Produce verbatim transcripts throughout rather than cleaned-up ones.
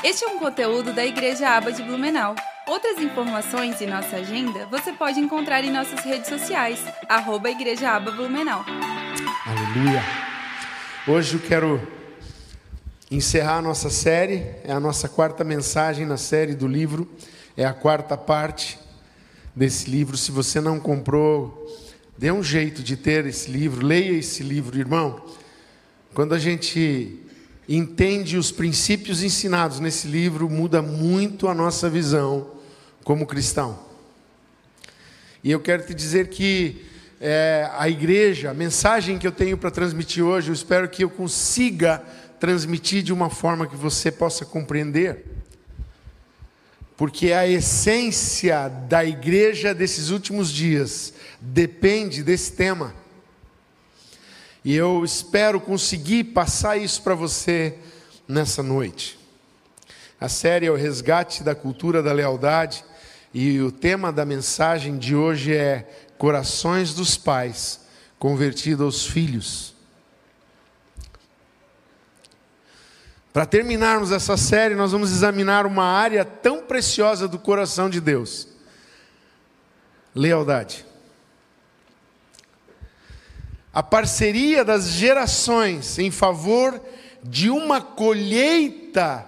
Este é um conteúdo da Igreja Aba de Blumenau. Outras informações e nossa agenda você pode encontrar em nossas redes sociais, arroba Igreja Aba Blumenau. Aleluia! Hoje eu quero encerrar a nossa série, é a nossa quarta mensagem na série do livro, é a quarta parte desse livro. Se você não comprou, dê um jeito de ter esse livro, leia esse livro, irmão. Quando a gente entende os princípios ensinados nesse livro, muda muito a nossa visão como cristão. E eu quero te dizer que é, a igreja, a mensagem que eu tenho para transmitir hoje, eu espero que eu consiga transmitir de uma forma que você possa compreender, porque a essência da igreja desses últimos dias depende desse tema. E eu espero conseguir passar isso para você nessa noite. A série é o resgate da cultura da lealdade. E o tema da mensagem de hoje é corações dos pais convertidos aos filhos. Para terminarmos essa série, nós vamos examinar uma área tão preciosa do coração de Deus: lealdade. A parceria das gerações em favor de uma colheita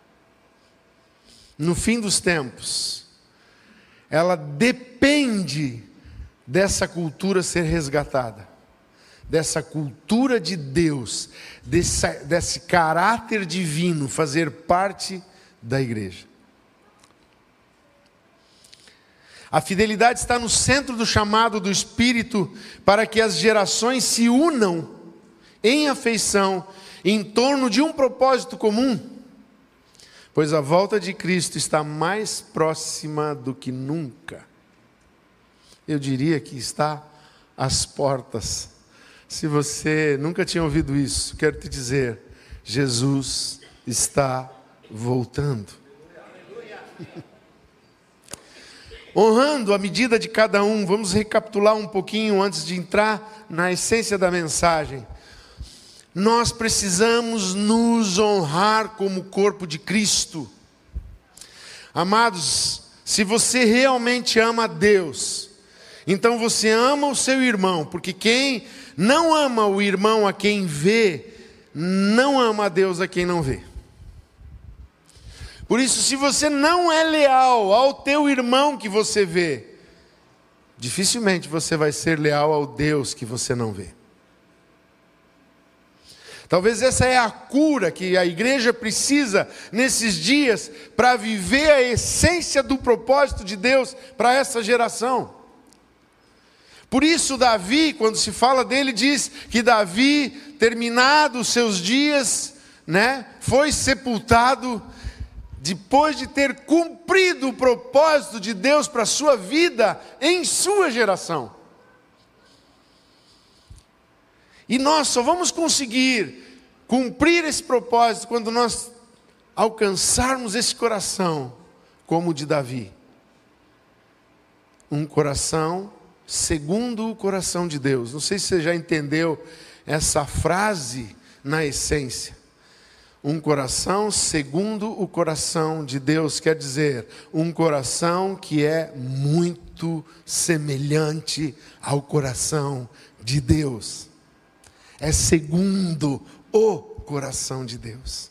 no fim dos tempos, ela depende dessa cultura ser resgatada, dessa cultura de Deus, desse, desse caráter divino fazer parte da igreja. A fidelidade está no centro do chamado do Espírito para que as gerações se unam em afeição em torno de um propósito comum, pois a volta de Cristo está mais próxima do que nunca. Eu diria que está às portas. Se você nunca tinha ouvido isso, quero te dizer, Jesus está voltando. Honrando a medida de cada um, vamos recapitular um pouquinho antes de entrar na essência da mensagem. Nós precisamos nos honrar como corpo de Cristo. Amados, se você realmente ama a Deus, então você ama o seu irmão, porque quem não ama o irmão a quem vê, não ama a Deus a quem não vê. Por isso, se você não é leal ao teu irmão que você vê, dificilmente você vai ser leal ao Deus que você não vê. Talvez essa é a cura que a igreja precisa nesses dias para viver a essência do propósito de Deus para essa geração. Por isso Davi, quando se fala dele, diz que Davi, terminados os seus dias, né, foi sepultado depois de ter cumprido o propósito de Deus para a sua vida em sua geração. E nós só vamos conseguir cumprir esse propósito quando nós alcançarmos esse coração como o de Davi. Um coração segundo o coração de Deus. Não sei se você já entendeu essa frase na essência. Um coração segundo o coração de Deus quer dizer um coração que é muito semelhante ao coração de Deus. É segundo o coração de Deus.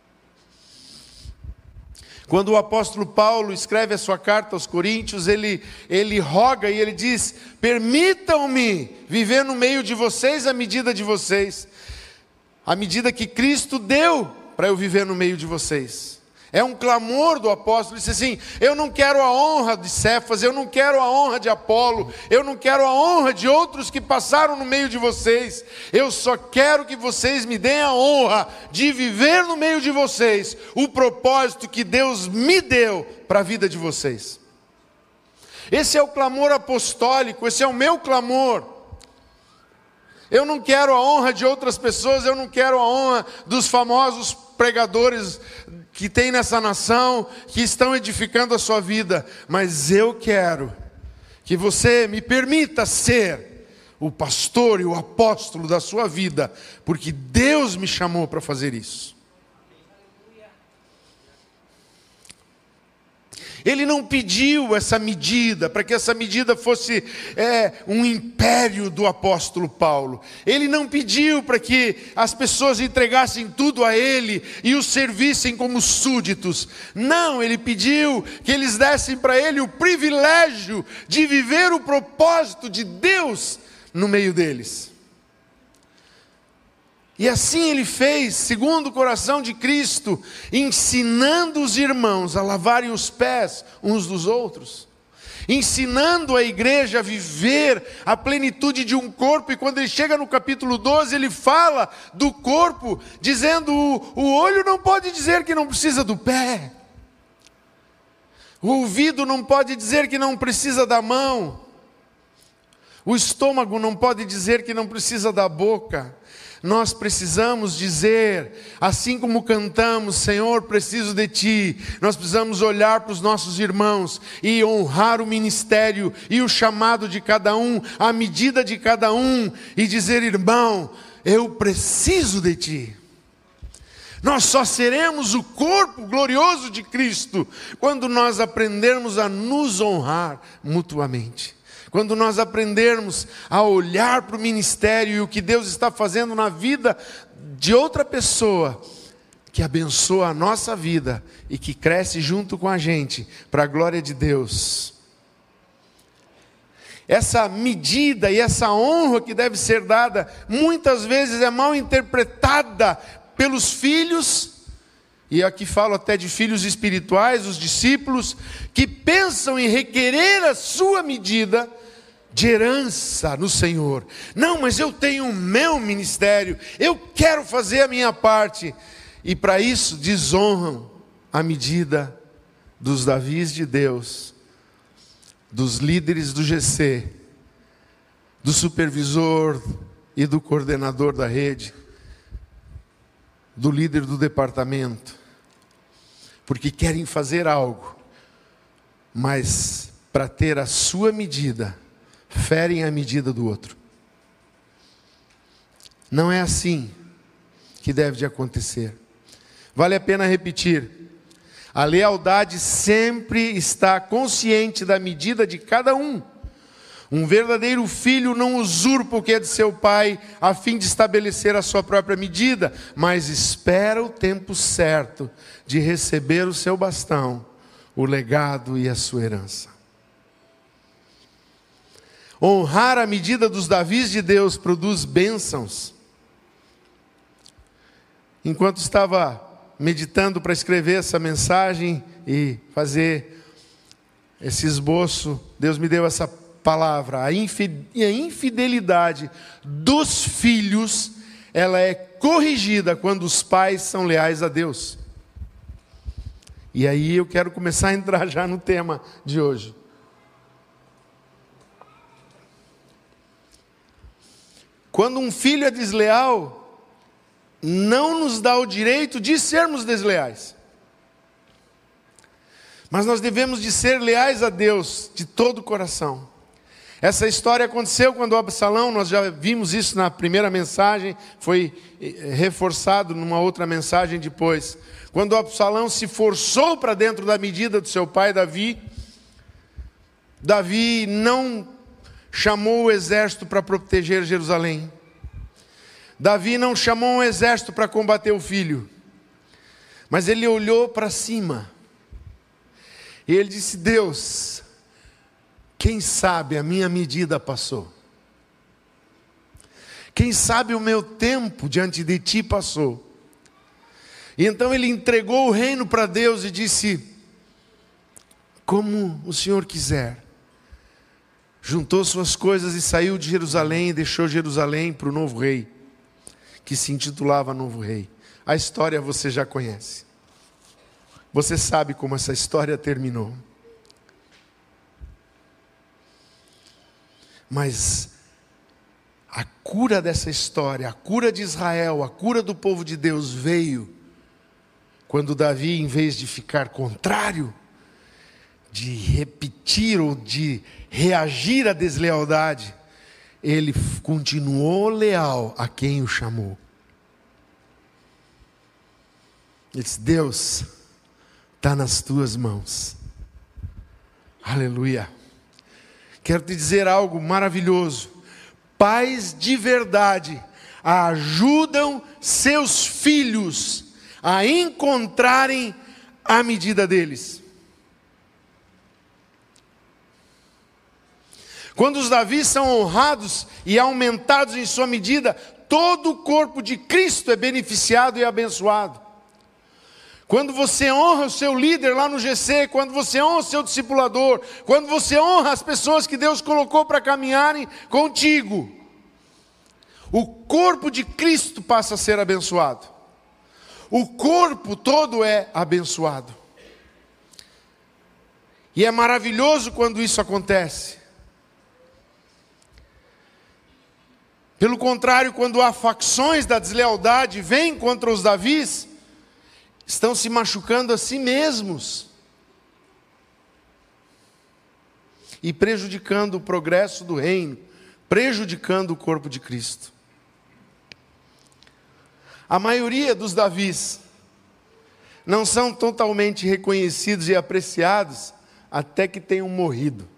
Quando o apóstolo Paulo escreve a sua carta aos Coríntios, ele, ele roga e ele diz: permitam-me viver no meio de vocês a medida de vocês, a medida que Cristo deu para eu viver no meio de vocês. É um clamor do apóstolo, ele disse assim: eu não quero a honra de Cefas, eu não quero a honra de Apolo, eu não quero a honra de outros que passaram no meio de vocês, eu só quero que vocês me deem a honra de viver no meio de vocês o propósito que Deus me deu para a vida de vocês. Esse é o clamor apostólico, esse é o meu clamor. Eu não quero a honra de outras pessoas, eu não quero a honra dos famosos pregadores que tem nessa nação, que estão edificando a sua vida, mas eu quero que você me permita ser o pastor e o apóstolo da sua vida, porque Deus me chamou para fazer isso. Ele não pediu essa medida, para que essa medida fosse é, um império do apóstolo Paulo. Ele não pediu para que as pessoas entregassem tudo a ele e o servissem como súditos. Não, ele pediu que eles dessem para ele o privilégio de viver o propósito de Deus no meio deles. E assim ele fez, segundo o coração de Cristo, ensinando os irmãos a lavarem os pés uns dos outros, ensinando a igreja a viver a plenitude de um corpo. E quando ele chega no capítulo doze, ele fala do corpo, dizendo: o, o olho não pode dizer que não precisa do pé, o ouvido não pode dizer que não precisa da mão, o estômago não pode dizer que não precisa da boca. Nós precisamos dizer, assim como cantamos: Senhor, preciso de Ti. Nós precisamos olhar para os nossos irmãos e honrar o ministério e o chamado de cada um, a medida de cada um, e dizer: irmão, eu preciso de Ti. Nós só seremos o corpo glorioso de Cristo quando nós aprendermos a nos honrar mutuamente. Quando nós aprendermos a olhar para o ministério e o que Deus está fazendo na vida de outra pessoa, que abençoa a nossa vida e que cresce junto com a gente, para a glória de Deus. Essa medida e essa honra que deve ser dada, muitas vezes é mal interpretada pelos filhos, e aqui falo até de filhos espirituais, os discípulos, que pensam em requerer a sua medida de herança no Senhor. Não, mas eu tenho o meu ministério, eu quero fazer a minha parte. E para isso desonram a medida dos Davis de Deus, dos líderes do G C, do supervisor e do coordenador da rede, do líder do departamento, porque querem fazer algo, mas para ter a sua medida, ferem a medida do outro. Não é assim que deve de acontecer. Vale a pena repetir: a lealdade sempre está consciente da medida de cada um. Um verdadeiro filho não usurpa o que é de seu pai, a fim de estabelecer a sua própria medida, mas espera o tempo certo de receber o seu bastão, o legado e a sua herança. Honrar a medida dos Davis de Deus produz bênçãos. Enquanto estava meditando para escrever essa mensagem e fazer esse esboço, Deus me deu essa palavra: a infidelidade dos filhos, ela é corrigida quando os pais são leais a Deus. E aí eu quero começar a entrar já no tema de hoje. Quando um filho é desleal, não nos dá o direito de sermos desleais. Mas nós devemos de ser leais a Deus de todo o coração. Essa história aconteceu quando o Absalão, nós já vimos isso na primeira mensagem, foi reforçado numa outra mensagem depois. Quando o Absalão se forçou para dentro da medida do seu pai Davi, Davi não chamou o exército para proteger Jerusalém. Davi não chamou um exército para combater o filho. Mas ele olhou para cima. E ele disse: Deus, quem sabe a minha medida passou. Quem sabe o meu tempo diante de ti passou. E então ele entregou o reino para Deus e disse: como o Senhor quiser. Juntou suas coisas e saiu de Jerusalém e deixou Jerusalém para o novo rei, que se intitulava Novo Rei. A história você já conhece. Você sabe como essa história terminou. Mas a cura dessa história, a cura de Israel, a cura do povo de Deus veio quando Davi, em vez de ficar contrário, de repetir ou de reagir à deslealdade, ele continuou leal a quem o chamou. Ele disse: Deus, está nas tuas mãos. Aleluia. Quero te dizer algo maravilhoso. Pais de verdade ajudam seus filhos a encontrarem a medida deles. Quando os Davis são honrados e aumentados em sua medida, todo o corpo de Cristo é beneficiado e abençoado. Quando você honra o seu líder lá no G C, quando você honra o seu discipulador, quando você honra as pessoas que Deus colocou para caminharem contigo, o corpo de Cristo passa a ser abençoado. O corpo todo é abençoado. E é maravilhoso quando isso acontece. Pelo contrário, quando há facções da deslealdade vêm contra os Davis, estão se machucando a si mesmos e prejudicando o progresso do reino, prejudicando o corpo de Cristo. A maioria dos Davis não são totalmente reconhecidos e apreciados até que tenham morrido.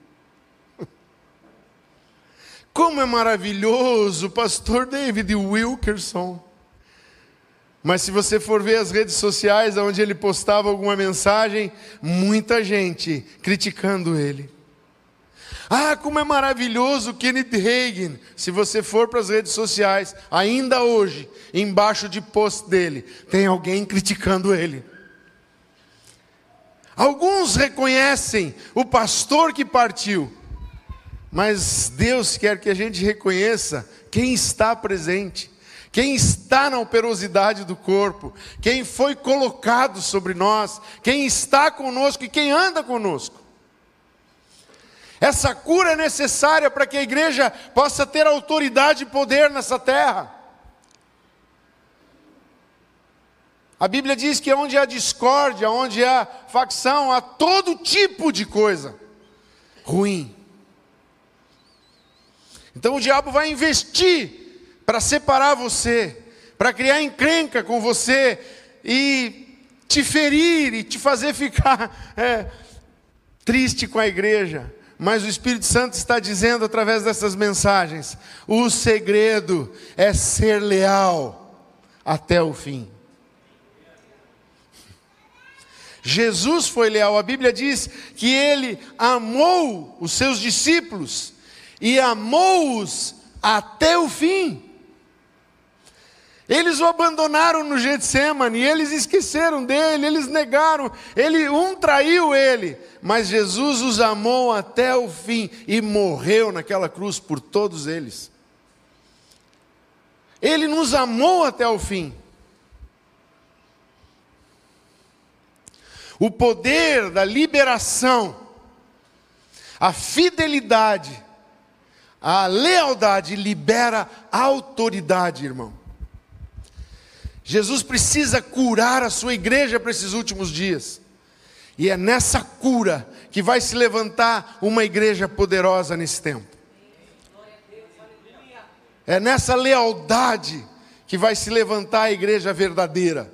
Como é maravilhoso o pastor David Wilkerson. Mas se você for ver as redes sociais onde ele postava alguma mensagem, muita gente criticando ele. Ah, como é maravilhoso Kenneth Hagin. Se você for para as redes sociais, ainda hoje, embaixo de post dele, tem alguém criticando ele. Alguns reconhecem o pastor que partiu, mas Deus quer que a gente reconheça quem está presente, quem está na operosidade do corpo, quem foi colocado sobre nós, quem está conosco e quem anda conosco. Essa cura é necessária para que a igreja possa ter autoridade e poder nessa terra. A Bíblia diz que onde há discórdia, onde há facção, há todo tipo de coisa ruim. Então o diabo vai investir para separar você, para criar encrenca com você e te ferir e te fazer ficar é, triste com a igreja. Mas o Espírito Santo está dizendo através dessas mensagens, o segredo é ser leal até o fim. Jesus foi leal. A Bíblia diz que ele amou os seus discípulos e amou-os até o fim. Eles o abandonaram no Getsemane, eles esqueceram dele, eles negaram, ele, um traiu ele, mas Jesus os amou até o fim e morreu naquela cruz por todos eles. Ele nos amou até o fim. O poder da liberação, a fidelidade, a lealdade libera a autoridade, irmão. Jesus precisa curar a sua igreja para esses últimos dias. E é nessa cura que vai se levantar uma igreja poderosa nesse tempo. É nessa lealdade que vai se levantar a igreja verdadeira.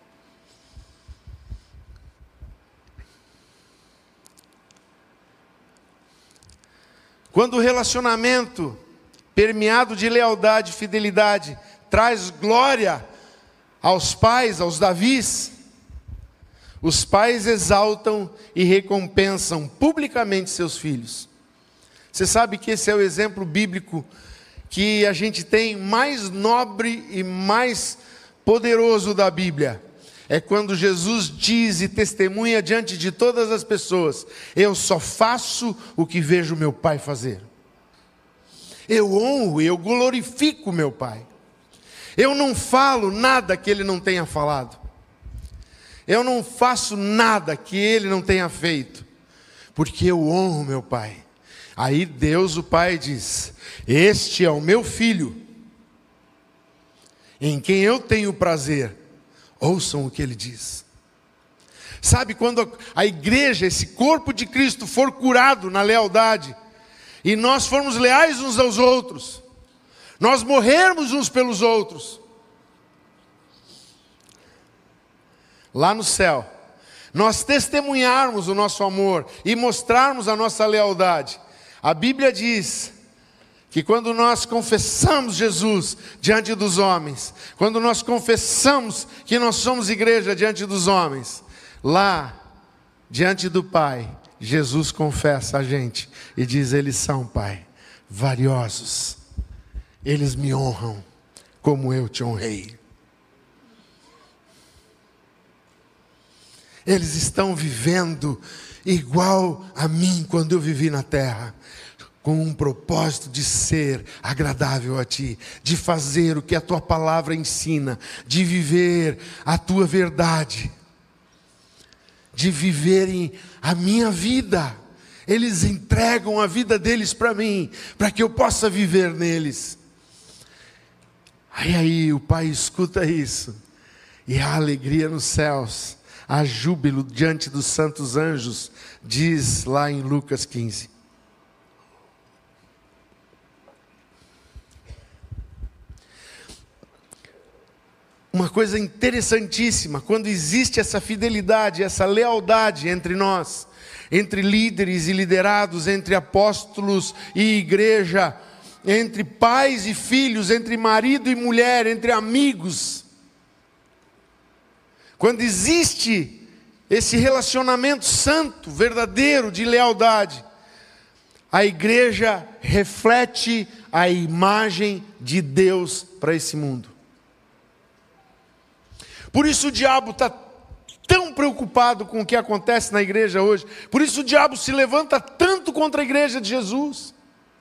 Quando o relacionamento permeado de lealdade e fidelidade traz glória aos pais, aos Davis, os pais exaltam e recompensam publicamente seus filhos. Você sabe que esse é o exemplo bíblico que a gente tem mais nobre e mais poderoso da Bíblia. É quando Jesus diz e testemunha diante de todas as pessoas: eu só faço o que vejo meu pai fazer. Eu honro, eu glorifico meu pai. Eu não falo nada que ele não tenha falado. Eu não faço nada que ele não tenha feito, porque eu honro meu pai. Aí Deus o Pai diz: este é o meu filho, em quem eu tenho prazer. Ouçam o que ele diz. Sabe, quando a igreja, esse corpo de Cristo, for curado na lealdade, e nós formos leais uns aos outros, nós morrermos uns pelos outros, lá no céu, nós testemunharmos o nosso amor e mostrarmos a nossa lealdade. A Bíblia diz que quando nós confessamos Jesus diante dos homens, quando nós confessamos que nós somos igreja diante dos homens, lá, diante do Pai, Jesus confessa a gente e diz: eles são, Pai, valiosos, eles me honram como eu te honrei. Eles estão vivendo igual a mim quando eu vivi na terra, com um propósito de ser agradável a Ti, de fazer o que a Tua palavra ensina, de viver a Tua verdade, de viverem a minha vida. Eles entregam a vida deles para mim, para que eu possa viver neles. Aí, aí o Pai escuta isso, e há alegria nos céus, há júbilo diante dos santos anjos, diz lá em Lucas quinze. Uma coisa interessantíssima, quando existe essa fidelidade, essa lealdade entre nós, entre líderes e liderados, entre apóstolos e igreja, entre pais e filhos, entre marido e mulher, entre amigos. Quando existe esse relacionamento santo, verdadeiro, de lealdade, a igreja reflete a imagem de Deus para esse mundo. Por isso o diabo está tão preocupado com o que acontece na igreja hoje. Por isso o diabo se levanta tanto contra a igreja de Jesus.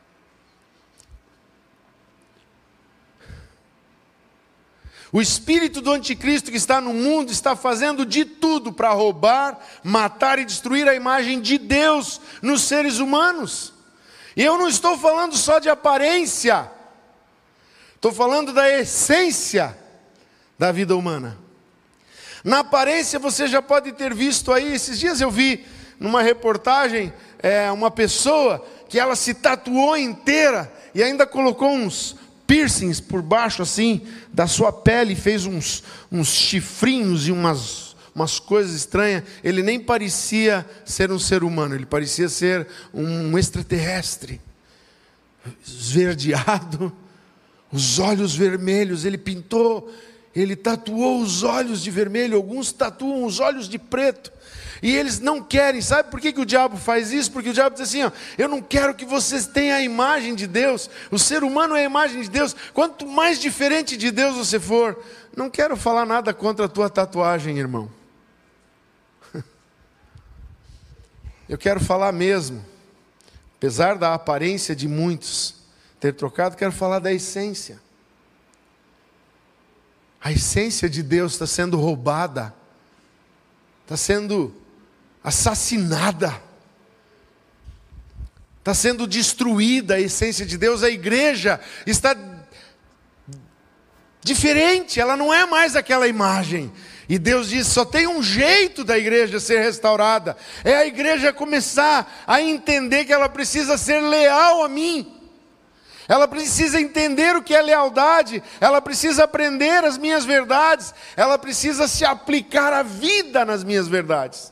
O espírito do anticristo que está no mundo está fazendo de tudo para roubar, matar e destruir a imagem de Deus nos seres humanos. E eu não estou falando só de aparência, estou falando da essência da vida humana. Na aparência você já pode ter visto aí, esses dias eu vi numa reportagem é, uma pessoa que ela se tatuou inteira e ainda colocou uns piercings por baixo assim da sua pele, fez uns, uns chifrinhos e umas, umas coisas estranhas. Ele nem parecia ser um ser humano, ele parecia ser um extraterrestre, esverdeado, os olhos vermelhos. Ele pintou, ele tatuou os olhos de vermelho, alguns tatuam os olhos de preto. E eles não querem, sabe por que, que o diabo faz isso? Porque o diabo diz assim, ó, eu não quero que vocês tenham a imagem de Deus. O ser humano é a imagem de Deus. Quanto mais diferente de Deus você for, não quero falar nada contra a tua tatuagem, irmão. Eu quero falar mesmo, apesar da aparência de muitos ter trocado, quero falar da essência. A essência de Deus está sendo roubada, está sendo assassinada, está sendo destruída a essência de Deus. A igreja está diferente, ela não é mais aquela imagem. E Deus diz, só tem um jeito da igreja ser restaurada, é a igreja começar a entender que ela precisa ser leal a mim. Ela precisa entender o que é lealdade, ela precisa aprender as minhas verdades, ela precisa se aplicar à vida nas minhas verdades.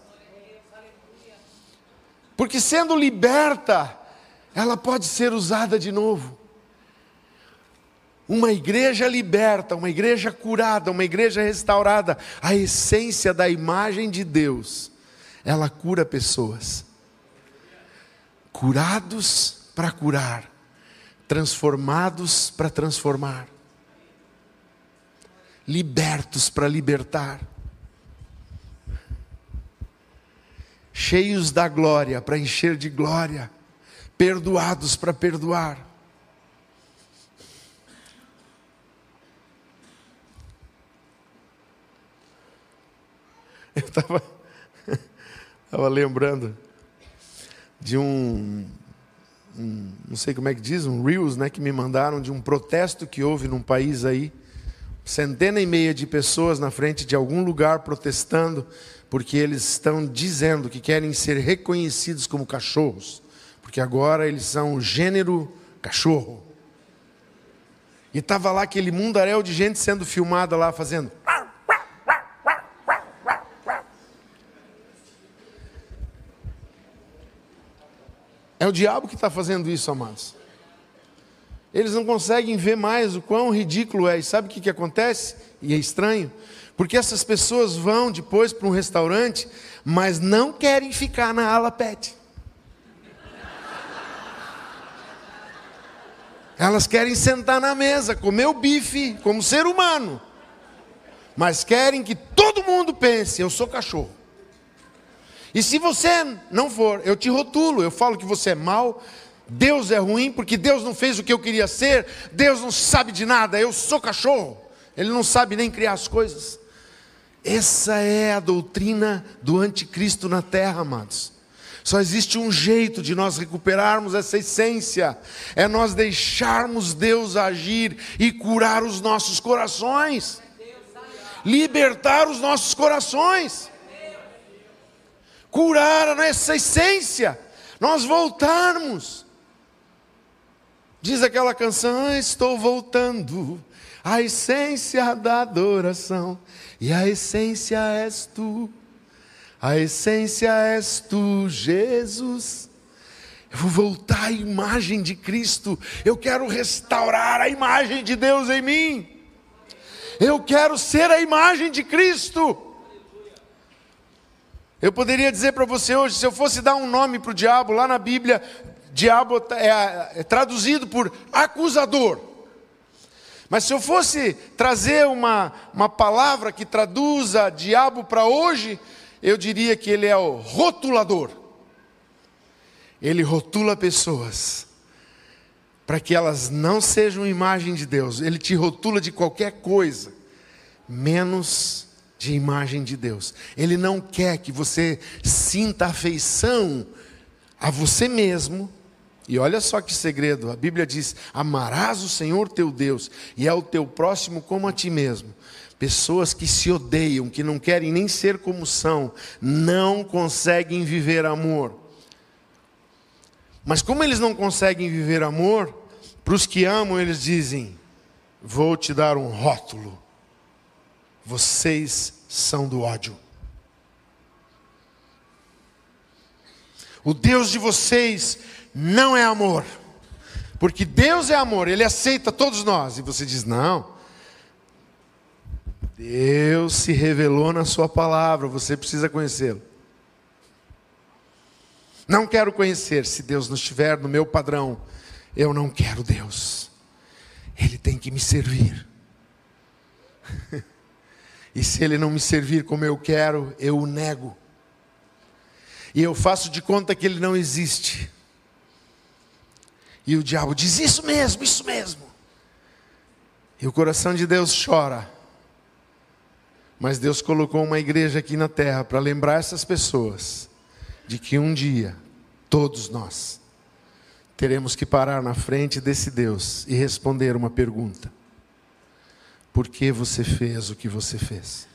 Porque sendo liberta, ela pode ser usada de novo. Uma igreja liberta, uma igreja curada, uma igreja restaurada, a essência da imagem de Deus, ela cura pessoas. Curados para curar. Transformados para transformar, libertos para libertar, cheios da glória para encher de glória, perdoados para perdoar. Eu estava estava lembrando de um Um, não sei como é que diz, um Reels, né, que me mandaram de um protesto que houve num país aí, centena e meia de pessoas na frente de algum lugar protestando, porque eles estão dizendo que querem ser reconhecidos como cachorros, porque agora eles são o gênero cachorro. E estava lá aquele mundaréu de gente sendo filmada lá fazendo. É o diabo que está fazendo isso, amados. Eles não conseguem ver mais o quão ridículo é. E sabe o que, que acontece? E é estranho. Porque essas pessoas vão depois para um restaurante, mas não querem ficar na ala pet. Elas querem sentar na mesa, comer o bife como ser humano. Mas querem que todo mundo pense, eu sou cachorro. E se você não for, eu te rotulo, eu falo que você é mau, Deus é ruim, porque Deus não fez o que eu queria ser, Deus não sabe de nada, eu sou cachorro. Ele não sabe nem criar as coisas. Essa é a doutrina do anticristo na terra, amados. Só existe um jeito de nós recuperarmos essa essência, é nós deixarmos Deus agir e curar os nossos corações, libertar os nossos corações, curar essa essência, nós voltarmos. Diz aquela canção, estou voltando, a essência da adoração, e a essência és tu. A essência és tu, Jesus. Eu vou voltar à imagem de Cristo. Eu quero restaurar a imagem de Deus em mim. Eu quero ser a imagem de Cristo. Eu poderia dizer para você hoje, se eu fosse dar um nome para o diabo, lá na Bíblia, diabo é, é traduzido por acusador. Mas se eu fosse trazer uma, uma palavra que traduza diabo para hoje, eu diria que ele é o rotulador. Ele rotula pessoas para que elas não sejam imagem de Deus. Ele te rotula de qualquer coisa, menos de imagem de Deus. Ele não quer que você sinta afeição a você mesmo. E olha só que segredo, a Bíblia diz, amarás o Senhor teu Deus, e ao teu próximo como a ti mesmo. Pessoas que se odeiam, que não querem nem ser como são, não conseguem viver amor. Mas como eles não conseguem viver amor, para os que amam eles dizem, vou te dar um rótulo, vocês são do ódio. O Deus de vocês não é amor, porque Deus é amor, Ele aceita todos nós. E você diz, não, Deus se revelou na sua palavra, você precisa conhecê-lo. Não quero conhecer, se Deus não estiver no meu padrão, eu não quero Deus. Ele tem que me servir. E se Ele não me servir como eu quero, eu o nego. E eu faço de conta que Ele não existe. E o diabo diz, isso mesmo, isso mesmo. E o coração de Deus chora. Mas Deus colocou uma igreja aqui na terra para lembrar essas pessoas de que um dia, todos nós, teremos que parar na frente desse Deus e responder uma pergunta. Por que você fez o que você fez?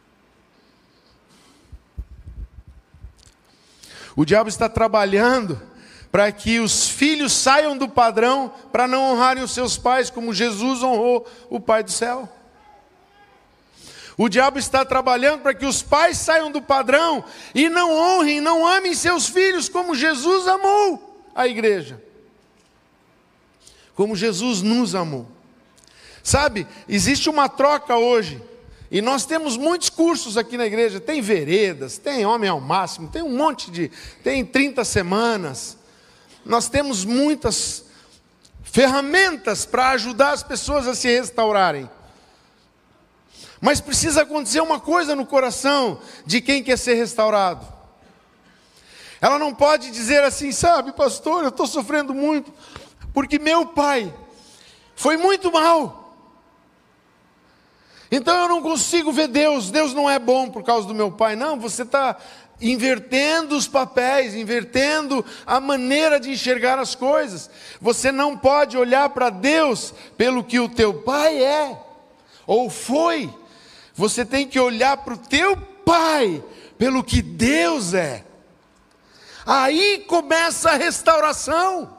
O diabo está trabalhando para que os filhos saiam do padrão, para não honrarem os seus pais, como Jesus honrou o Pai do céu. O diabo está trabalhando para que os pais saiam do padrão e não honrem, não amem seus filhos como Jesus amou a igreja. Como Jesus nos amou. Sabe, existe uma troca hoje. E nós temos muitos cursos aqui na igreja. Tem veredas, tem homem ao máximo, tem um monte de... Tem trinta semanas. Nós temos muitas ferramentas para ajudar as pessoas a se restaurarem. Mas precisa acontecer uma coisa no coração de quem quer ser restaurado. Ela não pode dizer assim, sabe, pastor, eu estou sofrendo muito, porque meu pai foi muito mal. Então eu não consigo ver Deus, Deus não é bom por causa do meu pai. Não, você está invertendo os papéis, invertendo a maneira de enxergar as coisas. Você não pode olhar para Deus pelo que o teu pai é, ou foi. Você tem que olhar para o teu pai pelo que Deus é. Aí começa a restauração.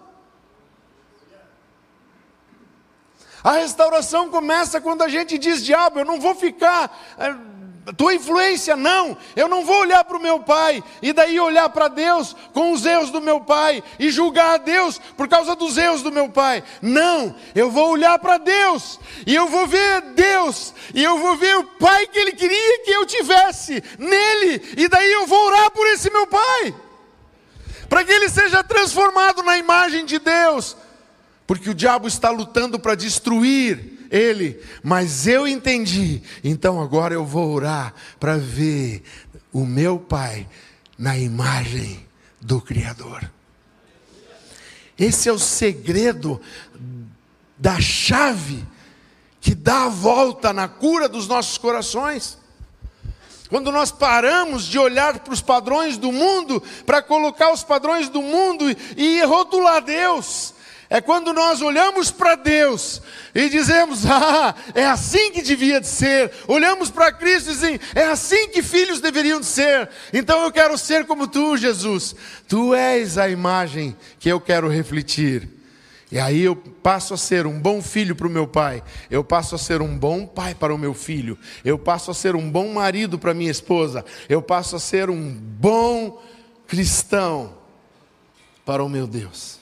A restauração começa quando a gente diz, diabo, eu não vou ficar tua influência, não, eu não vou olhar para o meu pai, e daí olhar para Deus com os erros do meu pai, e julgar a Deus por causa dos erros do meu pai. Não, eu vou olhar para Deus, e eu vou ver Deus, e eu vou ver o pai que Ele queria que eu tivesse, nele, e daí eu vou orar por esse meu pai, para que ele seja transformado na imagem de Deus, porque o diabo está lutando para destruir ele, mas eu entendi, então agora eu vou orar para ver o meu pai na imagem do Criador. Esse é o segredo da chave que dá a volta na cura dos nossos corações. Quando nós paramos de olhar para os padrões do mundo, para colocar os padrões do mundo e rotular Deus, é quando nós olhamos para Deus e dizemos, ah, é assim que devia de ser. Olhamos para Cristo e dizemos, é assim que filhos deveriam de ser. Então eu quero ser como Tu, Jesus. Tu és a imagem que eu quero refletir. E aí eu passo a ser um bom filho para o meu pai. Eu passo a ser um bom pai para o meu filho. Eu passo a ser um bom marido para minha esposa. Eu passo a ser um bom cristão para o meu Deus.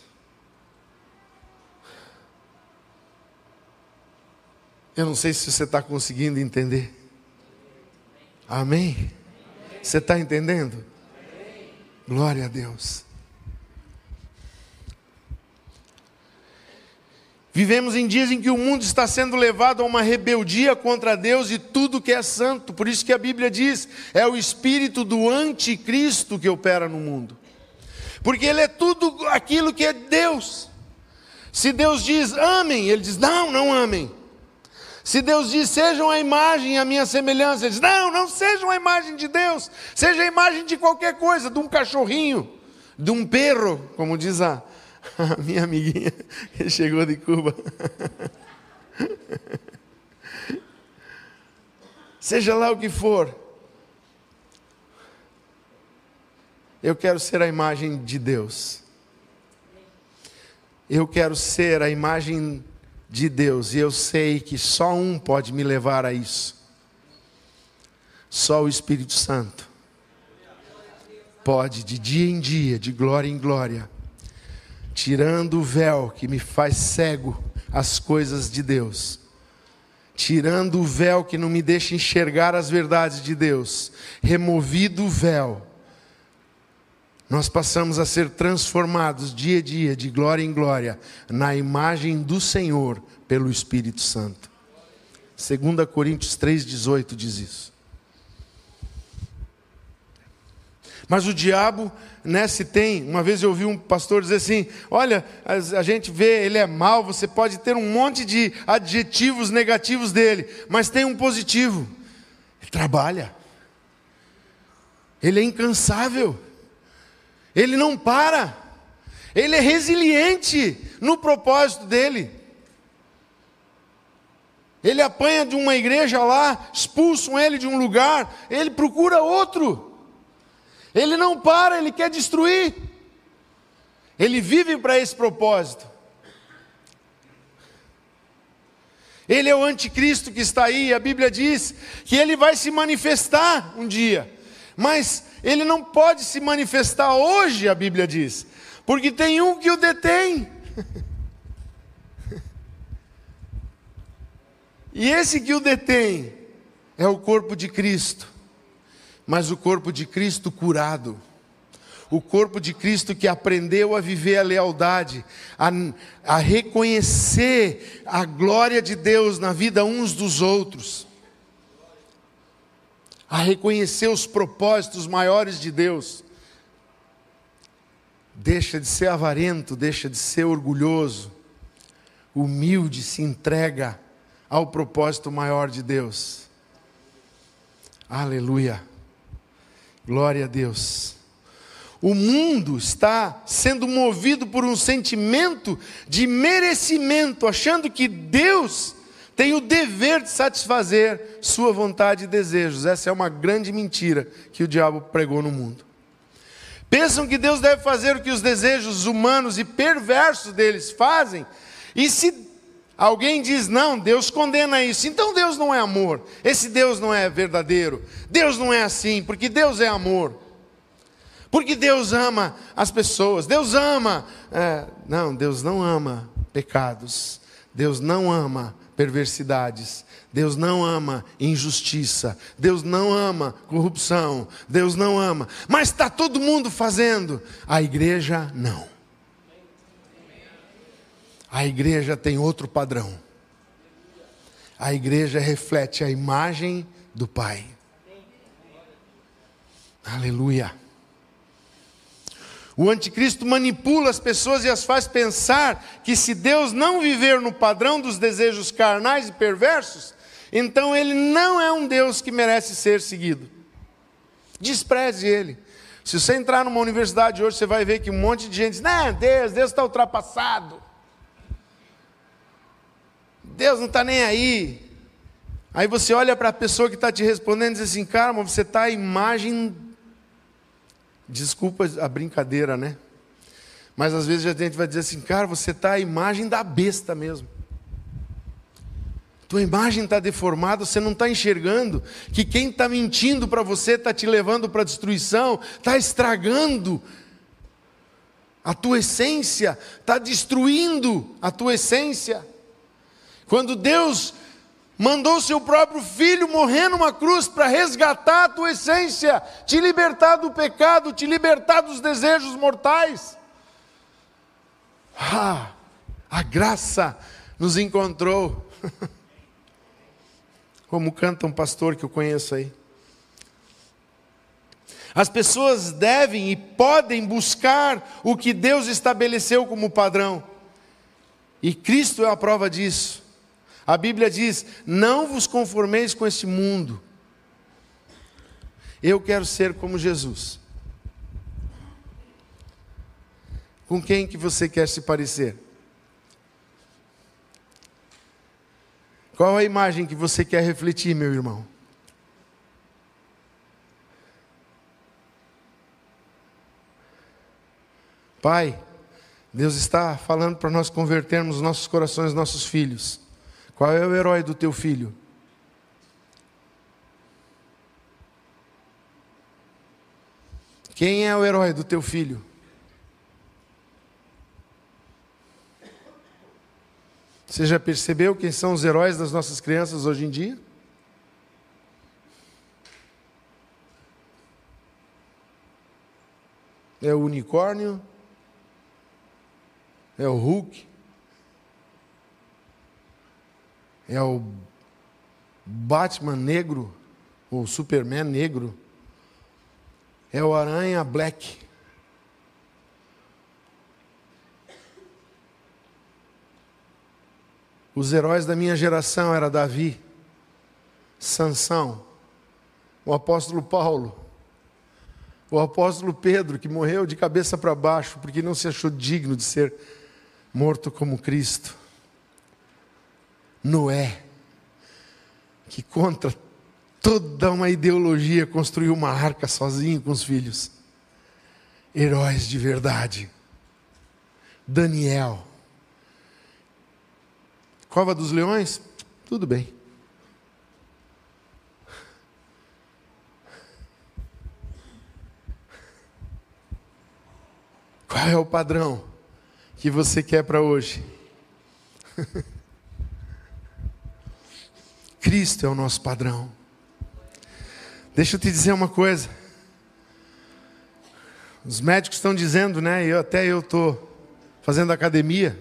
Eu não sei se você está conseguindo entender. Amém? Você está entendendo? Glória a Deus. Vivemos em dias em que o mundo está sendo levado a uma rebeldia contra Deus e tudo que é santo. Por isso que a Bíblia diz, é o espírito do anticristo que opera no mundo. Porque ele é tudo aquilo que é Deus. Se Deus diz, amem, ele diz, não, não amem. Se Deus diz, sejam a imagem e a minha semelhança, ele diz, não, não sejam a imagem de Deus, seja a imagem de qualquer coisa, de um cachorrinho, de um perro, como diz a, a minha amiguinha que chegou de Cuba. Seja lá o que for, eu quero ser a imagem de Deus. Eu quero ser a imagem de Deus, e eu sei que só um pode me levar a isso. Só o Espírito Santo pode, de dia em dia, de glória em glória, tirando o véu que me faz cego às coisas de Deus, tirando o véu que não me deixa enxergar as verdades de Deus, removido o véu, nós passamos a ser transformados dia a dia, de glória em glória, na imagem do Senhor, pelo Espírito Santo. Segunda Coríntios três, dezoito diz isso. Mas o diabo, né, se tem, uma vez eu ouvi um pastor dizer assim, olha, a, a gente vê, ele é mau, você pode ter um monte de adjetivos negativos dele, mas tem um positivo, ele trabalha, ele é incansável, ele não para, ele é resiliente no propósito dele. Ele apanha de uma igreja lá, expulsam ele de um lugar, ele procura outro. Ele não para, ele quer destruir. Ele vive para esse propósito. Ele é o anticristo que está aí, a Bíblia diz que ele vai se manifestar um dia. Mas ele não pode se manifestar hoje, a Bíblia diz, porque tem um que o detém. E esse que o detém é o corpo de Cristo, mas o corpo de Cristo curado, o corpo de Cristo que aprendeu a viver a lealdade, a, a reconhecer a glória de Deus na vida uns dos outros, a reconhecer os propósitos maiores de Deus. Deixa de ser avarento, deixa de ser orgulhoso, humilde, se entrega ao propósito maior de Deus. Aleluia, glória a Deus. O mundo está sendo movido por um sentimento de merecimento, achando que Deus tem o dever de satisfazer sua vontade e desejos. Essa é uma grande mentira que o diabo pregou no mundo. Pensam que Deus deve fazer o que os desejos humanos e perversos deles fazem, e se Alguém diz, não, Deus condena isso. Então Deus não é amor. Esse Deus não é verdadeiro. Deus não é assim, porque Deus é amor. Porque Deus ama as pessoas. Deus ama... É, não, Deus não ama pecados. Deus não ama perversidades. Deus não ama injustiça. Deus não ama corrupção. Deus não ama. Mas está todo mundo fazendo. A igreja não. A igreja tem outro padrão. A igreja reflete a imagem do Pai. Aleluia. O anticristo manipula as pessoas e as faz pensar que se Deus não viver no padrão dos desejos carnais e perversos, então ele não é um Deus que merece ser seguido. Despreze ele. Se você entrar numa universidade hoje, você vai ver que um monte de gente diz, não, Deus, Deus está ultrapassado. Deus não está nem aí. Aí você olha para a pessoa que está te respondendo e diz assim, cara, mas você está a imagem... Desculpa a brincadeira, né? Mas às vezes a gente vai dizer assim, cara, você está a imagem da besta mesmo. Tua imagem está deformada, você não está enxergando que quem está mentindo para você está te levando para a destruição, está estragando a tua essência, está destruindo a tua essência. Quando Deus mandou seu próprio Filho morrer numa cruz para resgatar a tua essência, te libertar do pecado, te libertar dos desejos mortais. Ah, a graça nos encontrou. Como canta um pastor que eu conheço aí. As pessoas devem e podem buscar o que Deus estabeleceu como padrão. E Cristo é a prova disso. A Bíblia diz, não vos conformeis com este mundo. Eu quero ser como Jesus. Com quem que você quer se parecer? Qual a imagem que você quer refletir, meu irmão? Pai, Deus está falando para nós convertermos nossos corações, nossos filhos. Qual é o herói do teu filho? Quem é o herói do teu filho? Você já percebeu quem são os heróis das nossas crianças hoje em dia? É o unicórnio? É o Hulk? É o Batman negro, ou Superman negro. É o Aranha Black. Os heróis da minha geração eram Davi, Sansão, o apóstolo Paulo, o apóstolo Pedro, que morreu de cabeça para baixo, porque não se achou digno de ser morto como Cristo. Noé, que contra toda uma ideologia construiu uma arca sozinho com os filhos. Heróis de verdade. Daniel. Cova dos Leões? Tudo bem. Qual é o padrão que você quer para hoje? Cristo é o nosso padrão. Deixa eu te dizer uma coisa. Os médicos estão dizendo, né? Eu até eu estou fazendo academia.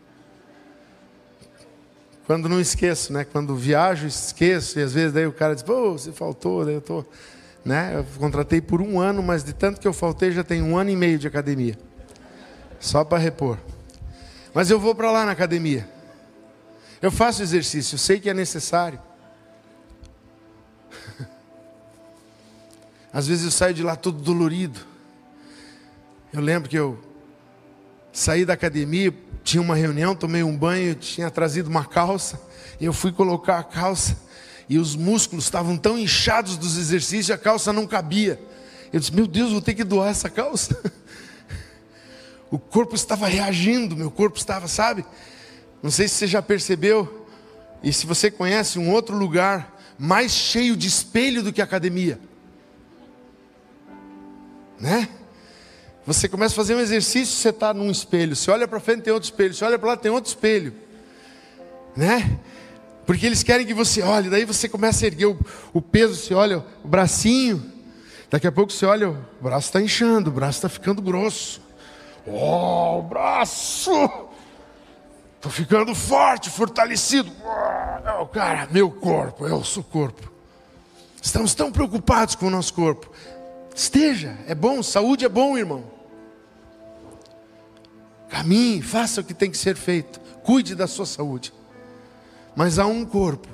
Quando não esqueço, né? Quando viajo, esqueço. E às vezes daí o cara diz, pô, você faltou. Daí eu tô, né? Eu contratei por um ano, mas de tanto que eu faltei, já tem um ano e meio de academia. Só para repor. Mas eu vou para lá na academia. Eu faço exercício, eu sei que é necessário. Às vezes eu saio de lá todo dolorido. Eu lembro que eu saí da academia, tinha uma reunião, tomei um banho, tinha trazido uma calça, e eu fui colocar a calça, e os músculos estavam tão inchados dos exercícios, a calça não cabia. Eu disse, meu Deus, vou ter que doar essa calça. O corpo estava reagindo, meu corpo estava, sabe? Não sei se você já percebeu, e se você conhece um outro lugar mais cheio de espelho do que a academia, né? Você começa a fazer um exercício, você está num espelho, você olha para frente, tem outro espelho, você olha para lá, tem outro espelho, né? Porque eles querem que você olhe, daí você começa a erguer o, o peso, você olha o bracinho, daqui a pouco você olha, o braço está inchando, o braço está ficando grosso. Oh, o braço! Estou ficando forte, fortalecido. Oh, cara, meu corpo, eu sou corpo. Estamos tão preocupados com o nosso corpo. Esteja, é bom, saúde é bom, irmão. Caminhe, faça o que tem que ser feito. Cuide da sua saúde. Mas há um corpo.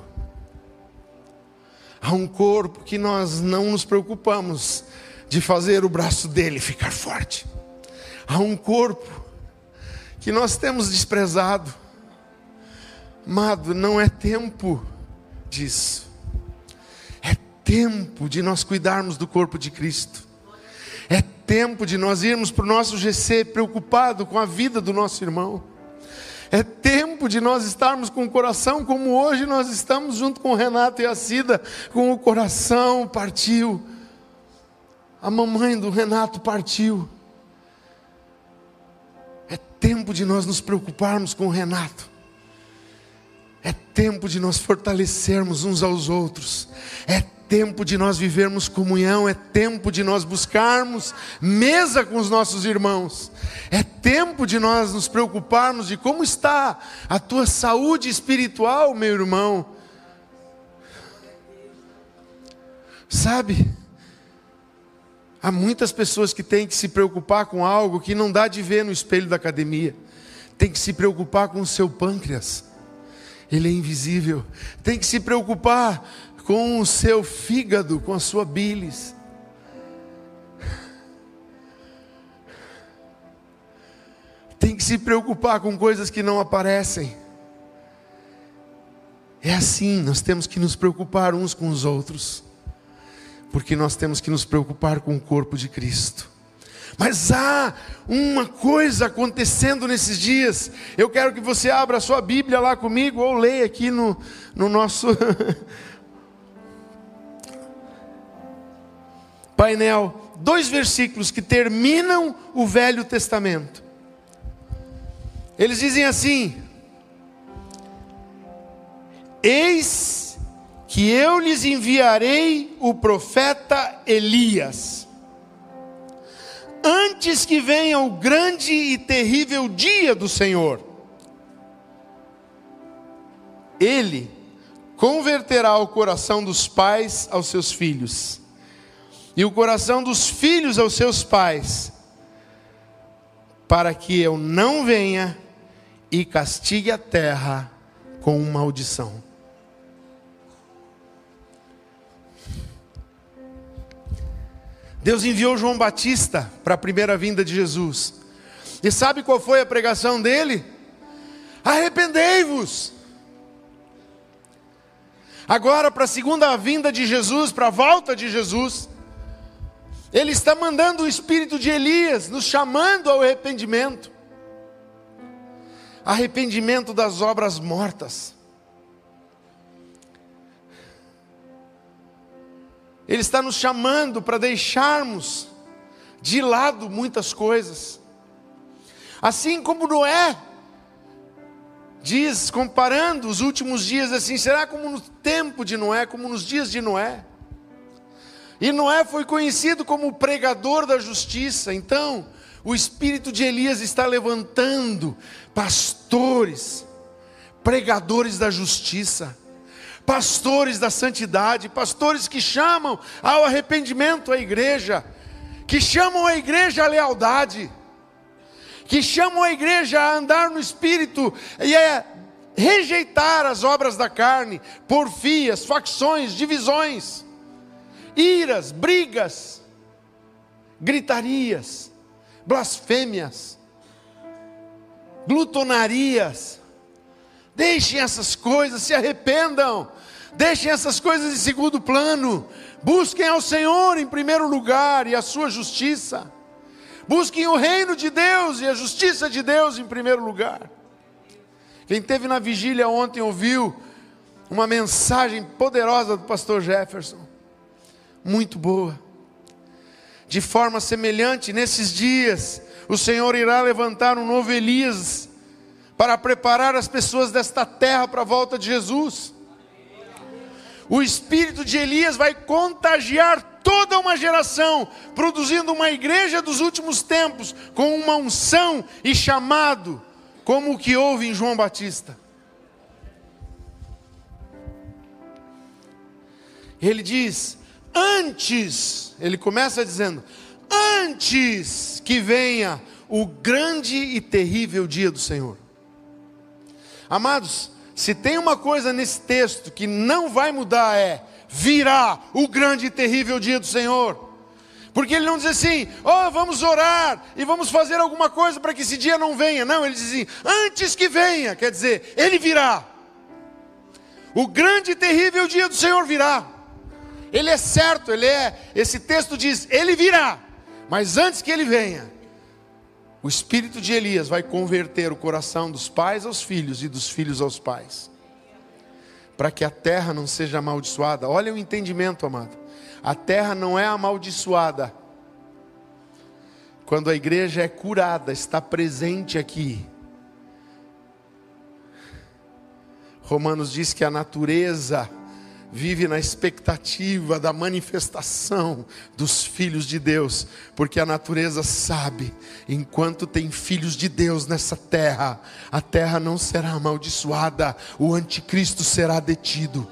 Há um corpo que nós não nos preocupamos de fazer o braço dele ficar forte. Há um corpo que nós temos desprezado. Amado, não é tempo disso. É tempo de nós cuidarmos do corpo de Cristo. É tempo de nós irmos para o nosso G C preocupado com a vida do nosso irmão. É tempo de nós estarmos com o coração como hoje nós estamos junto com o Renato e a Cida, com o coração partiu. A mamãe do Renato partiu. É tempo de nós nos preocuparmos com o Renato. É tempo de nós fortalecermos uns aos outros. É tempo de nós vivermos comunhão. É tempo de nós buscarmos mesa com os nossos irmãos. É tempo de nós nos preocuparmos de como está a tua saúde espiritual, meu irmão. Sabe, há muitas pessoas que têm que se preocupar com algo que não dá de ver no espelho da academia. Tem que se preocupar com o seu pâncreas. Ele é invisível. Tem que se preocupar com o seu fígado, com a sua bilis. Tem que se preocupar com coisas que não aparecem. É assim, nós temos que nos preocupar uns com os outros. Porque nós temos que nos preocupar com o corpo de Cristo. Mas há uma coisa acontecendo nesses dias. Eu quero que você abra a sua Bíblia lá comigo, ou leia aqui no, no nosso painel. Dois versículos que terminam o Velho Testamento. Eles dizem assim: eis que eu lhes enviarei o profeta Elias, antes que venha o grande e terrível dia do Senhor. Ele converterá o coração dos pais aos seus filhos, e o coração dos filhos aos seus pais, para que eu não venha e castigue a terra com maldição. Deus enviou João Batista para a primeira vinda de Jesus. E sabe qual foi a pregação dele? Arrependei-vos. Agora, para a segunda vinda de Jesus, para a volta de Jesus, Ele está mandando o espírito de Elias, nos chamando ao arrependimento. Arrependimento das obras mortas. Ele está nos chamando para deixarmos de lado muitas coisas. Assim como Noé diz, comparando os últimos dias assim, será como no tempo de Noé, como nos dias de Noé. E Noé foi conhecido como o pregador da justiça. Então, o espírito de Elias está levantando pastores, pregadores da justiça, pastores da santidade, pastores que chamam ao arrependimento a igreja, que chamam a igreja à lealdade, que chamam a igreja a andar no Espírito e a rejeitar as obras da carne, porfias, facções, divisões, iras, brigas, gritarias, blasfêmias, glutonarias. Deixem essas coisas, se arrependam. Deixem essas coisas em segundo plano. Busquem ao Senhor em primeiro lugar e a sua justiça. Busquem o reino de Deus e a justiça de Deus em primeiro lugar. Quem esteve na vigília ontem ouviu uma mensagem poderosa do pastor Jefferson, muito boa. De forma semelhante, nesses dias, o Senhor irá levantar um novo Elias, para preparar as pessoas desta terra para a volta de Jesus. O espírito de Elias vai contagiar toda uma geração, produzindo uma igreja dos últimos tempos, com uma unção e chamado, como o que houve em João Batista. Ele diz, antes, ele começa dizendo, antes que venha o grande e terrível dia do Senhor. Amados, se tem uma coisa nesse texto que não vai mudar é, virá o grande e terrível dia do Senhor. Porque ele não diz assim, oh, vamos orar e vamos fazer alguma coisa para que esse dia não venha. Não, ele diz assim, antes que venha, quer dizer, ele virá. O grande e terrível dia do Senhor virá. Ele é certo, ele é, esse texto diz, ele virá. Mas antes que ele venha, o espírito de Elias vai converter o coração dos pais aos filhos e dos filhos aos pais, para que a terra não seja amaldiçoada. Olha o entendimento, amado. A terra não é amaldiçoada quando a igreja é curada, está presente aqui. Romanos diz que a natureza vive na expectativa da manifestação dos filhos de Deus, porque a natureza sabe, enquanto tem filhos de Deus nessa terra, a terra não será amaldiçoada, o anticristo será detido.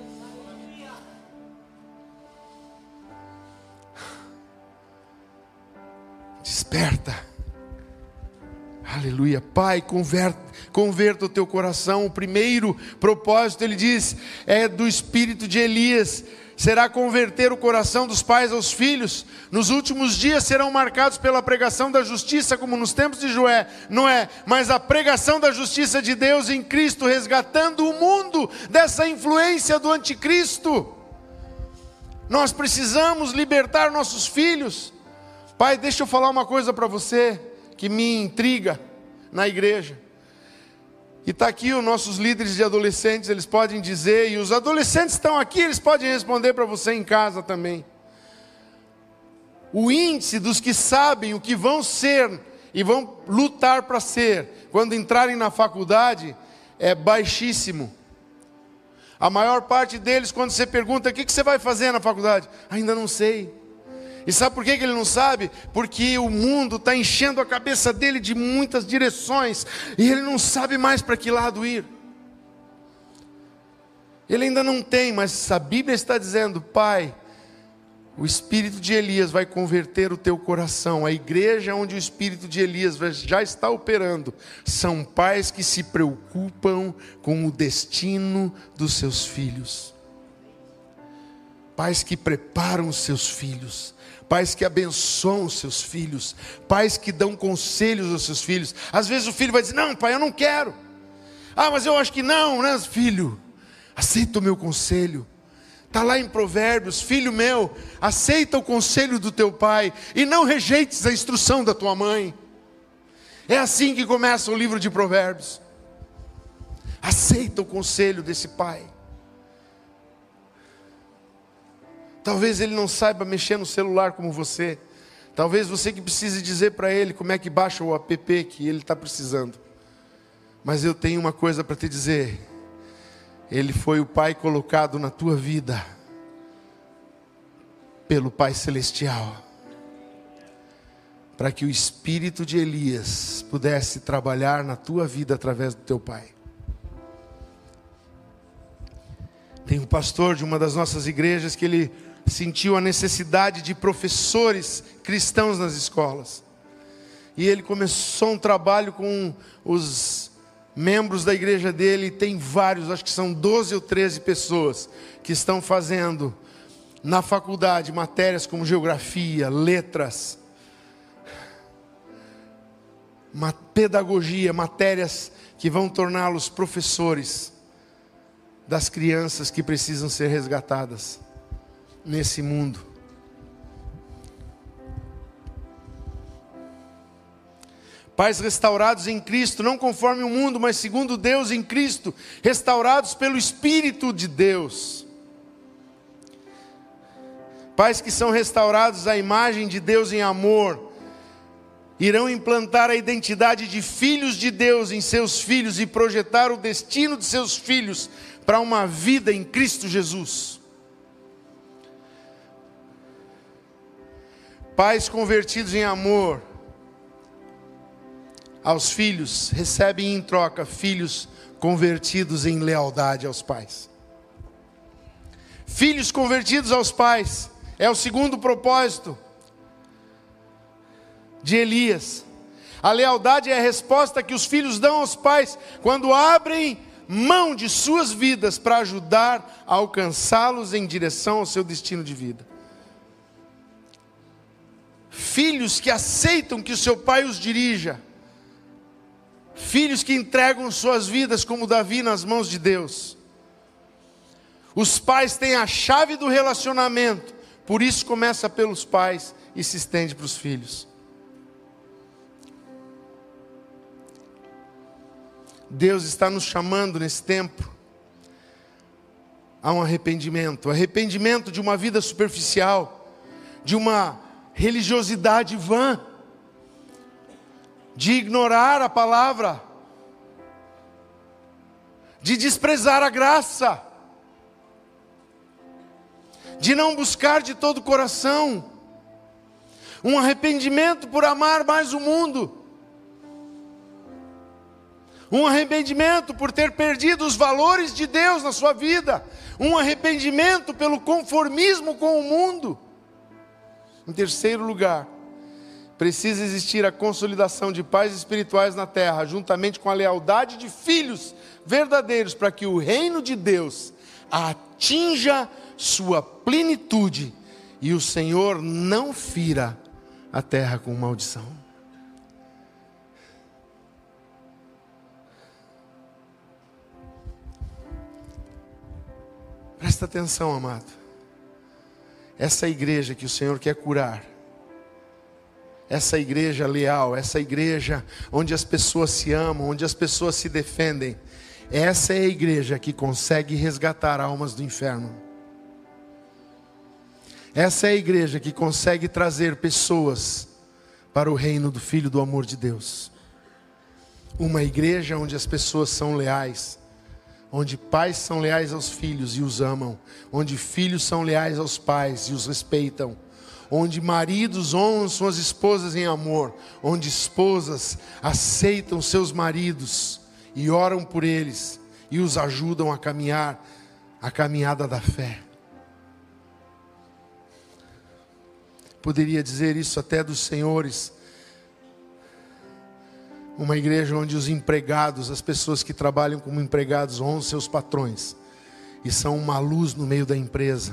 Desperta. Aleluia. Pai, converta, converta o teu coração. O primeiro propósito, ele diz, é do espírito de Elias. Será converter o coração dos pais aos filhos. Nos últimos dias serão marcados pela pregação da justiça, como nos tempos de Joé, Noé. Mas a pregação da justiça de Deus em Cristo, resgatando o mundo dessa influência do anticristo. Nós precisamos libertar nossos filhos. Pai, deixa eu falar uma coisa para você que me intriga na igreja. E está aqui os nossos líderes de adolescentes, eles podem dizer, e os adolescentes estão aqui, eles podem responder para você em casa também. O índice dos que sabem o que vão ser e vão lutar para ser, quando entrarem na faculdade, é baixíssimo. A maior parte deles, quando você pergunta, o que você vai fazer na faculdade? Ainda não sei. E sabe por que ele não sabe? Porque o mundo está enchendo a cabeça dele de muitas direções, e ele não sabe mais para que lado ir. Ele ainda não tem, mas a Bíblia está dizendo, Pai, o espírito de Elias vai converter o teu coração. A igreja onde o espírito de Elias já está operando, são pais que se preocupam com o destino dos seus filhos. Pais que preparam os seus filhos. Pais que abençoam os seus filhos. Pais que dão conselhos aos seus filhos. Às vezes o filho vai dizer, não pai, eu não quero. Ah, mas eu acho que não, né filho? Aceita o meu conselho. Está lá em Provérbios, filho meu, aceita o conselho do teu pai e não rejeites a instrução da tua mãe. É assim que começa o livro de Provérbios. Aceita o conselho desse pai. Talvez ele não saiba mexer no celular como você. Talvez você que precise dizer para ele como é que baixa o app que ele está precisando. Mas eu tenho uma coisa para te dizer. Ele foi o pai colocado na tua vida pelo Pai Celestial, para que o espírito de Elias pudesse trabalhar na tua vida através do teu pai. Tem um pastor de uma das nossas igrejas que ele sentiu a necessidade de professores cristãos nas escolas. E ele começou um trabalho com os membros da igreja dele. Tem vários, acho que são doze ou treze pessoas que estão fazendo na faculdade matérias como geografia, letras, pedagogia, matérias que vão torná-los professores das crianças que precisam ser resgatadas nesse mundo. Pais restaurados em Cristo, não conforme o mundo, mas segundo Deus em Cristo, restaurados pelo Espírito de Deus. Pais que são restaurados à imagem de Deus em amor, irão implantar a identidade de filhos de Deus em seus filhos e projetar o destino de seus filhos para uma vida em Cristo Jesus. Pais convertidos em amor aos filhos, recebem em troca filhos convertidos em lealdade aos pais. Filhos convertidos aos pais é o segundo propósito de Elias. A lealdade é a resposta que os filhos dão aos pais quando abrem mão de suas vidas para ajudar a alcançá-los em direção ao seu destino de vida. Filhos que aceitam que o seu pai os dirija. Filhos que entregam suas vidas como Davi nas mãos de Deus. Os pais têm a chave do relacionamento, por isso começa pelos pais e se estende para os filhos. Deus está nos chamando nesse tempo a um arrependimento. Arrependimento de uma vida superficial, de uma religiosidade vã, de ignorar a palavra, de desprezar a graça, de não buscar de todo o coração, um arrependimento por amar mais o mundo, um arrependimento por ter perdido os valores de Deus na sua vida, um arrependimento pelo conformismo com o mundo. Em terceiro lugar, precisa existir a consolidação de pais espirituais na terra, juntamente com a lealdade de filhos verdadeiros, para que o reino de Deus atinja sua plenitude e o Senhor não fira a terra com maldição. Presta atenção, amado. Essa igreja que o Senhor quer curar, essa igreja leal, essa igreja onde as pessoas se amam, onde as pessoas se defendem, essa é a igreja que consegue resgatar almas do inferno. Essa é a igreja que consegue trazer pessoas para o reino do Filho do amor de Deus. Uma igreja onde as pessoas são leais, onde pais são leais aos filhos e os amam, onde filhos são leais aos pais e os respeitam, onde maridos honram suas esposas em amor, onde esposas aceitam seus maridos e oram por eles e os ajudam a caminhar a caminhada da fé. Poderia dizer isso até dos senhores. Uma igreja onde os empregados, as pessoas que trabalham como empregados, honram seus patrões e são uma luz no meio da empresa.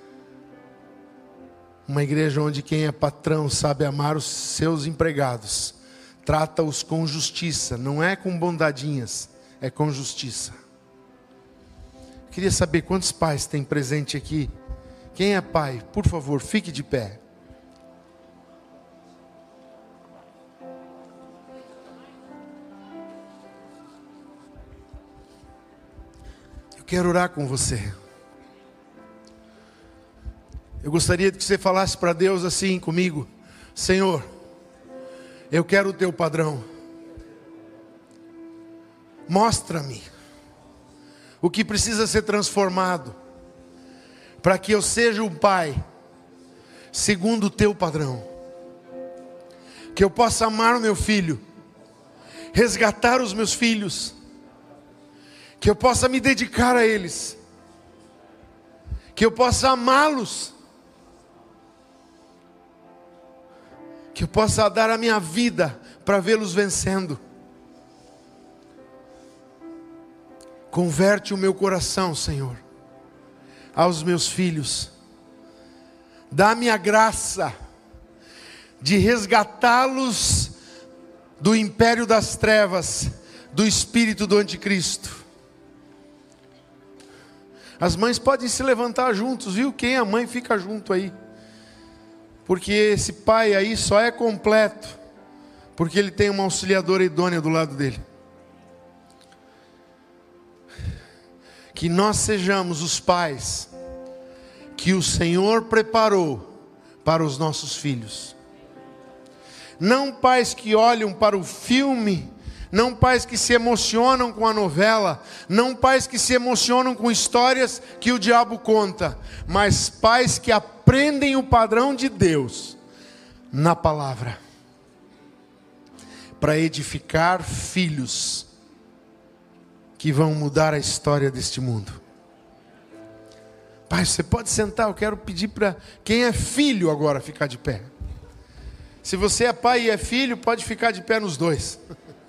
Uma igreja onde quem é patrão sabe amar os seus empregados, trata-os com justiça, não é com bondadinhas, é com justiça. Eu queria saber quantos pais tem presente aqui. Quem é pai, por favor, fique de pé. Quero orar com você. Eu gostaria que você falasse para Deus assim comigo: Senhor, eu quero o teu padrão. Mostra-me o que precisa ser transformado para que eu seja um pai segundo o teu padrão. Que eu possa amar o meu filho, resgatar os meus filhos, que eu possa me dedicar a eles, que eu possa amá-los, que eu possa dar a minha vida para vê-los vencendo. Converte o meu coração, Senhor, aos meus filhos. Dá-me a graça de resgatá-los do império das trevas, do espírito do anticristo. As mães podem se levantar juntos, viu? Quem é mãe fica junto aí. Porque esse pai aí só é completo porque ele tem uma auxiliadora idônea do lado dele. Que nós sejamos os pais que o Senhor preparou para os nossos filhos. Não pais que olham para o filme, não pais que se emocionam com a novela, não pais que se emocionam com histórias que o diabo conta, mas pais que aprendem o padrão de Deus na palavra, para edificar filhos que vão mudar a história deste mundo. Pai, você pode sentar, eu quero pedir para quem é filho agora ficar de pé. Se você é pai e é filho, pode ficar de pé nos dois.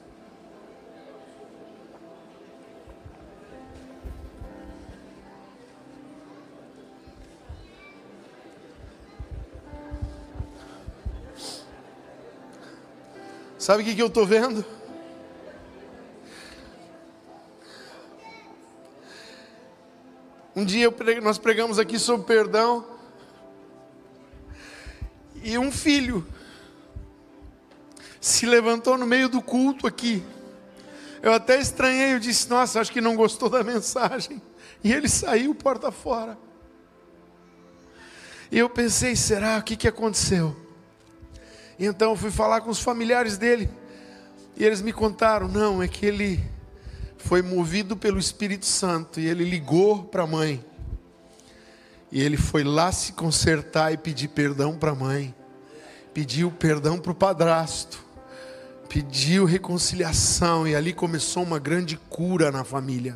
Sabe o que, que eu estou vendo? Um dia eu prego, nós pregamos aqui sobre perdão. E um filho se levantou no meio do culto aqui. Eu até estranhei, eu disse, nossa, acho que não gostou da mensagem. E ele saiu porta fora. E eu pensei, será? O que, que aconteceu? E então eu fui falar com os familiares dele. E eles me contaram, não, é que ele foi movido pelo Espírito Santo. E ele ligou para a mãe. E ele foi lá se consertar e pedir perdão para a mãe. Pediu perdão para o padrasto. Pediu reconciliação. E ali começou uma grande cura na família.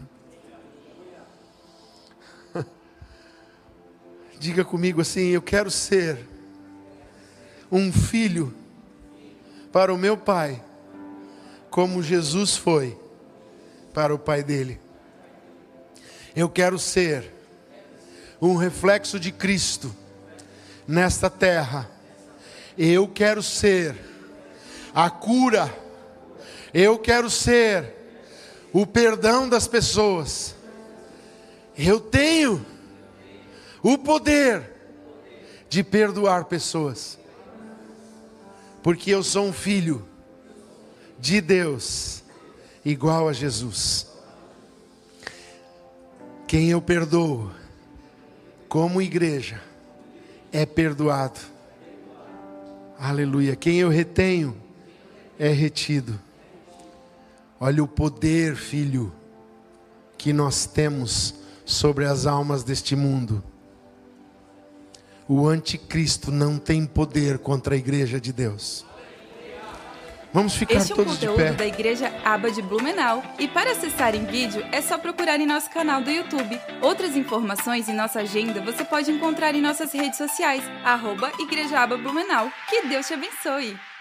Diga comigo assim, eu quero ser um filho para o meu pai, como Jesus foi para o pai dele. Eu quero ser um reflexo de Cristo nesta terra. Eu quero ser a cura. Eu quero ser o perdão das pessoas. Eu tenho o poder de perdoar pessoas. Porque eu sou um filho de Deus, igual a Jesus. Quem eu perdoo, como igreja, é perdoado. Aleluia. Quem eu retenho, é retido. Olha o poder, filho, que nós temos sobre as almas deste mundo. O anticristo não tem poder contra a igreja de Deus. Vamos ficar este todos de pé. Este é um conteúdo da Igreja Aba de Blumenau. E para acessar em vídeo, é só procurar em nosso canal do YouTube. Outras informações e nossa agenda você pode encontrar em nossas redes sociais. arroba Igreja Aba Blumenau. Que Deus te abençoe!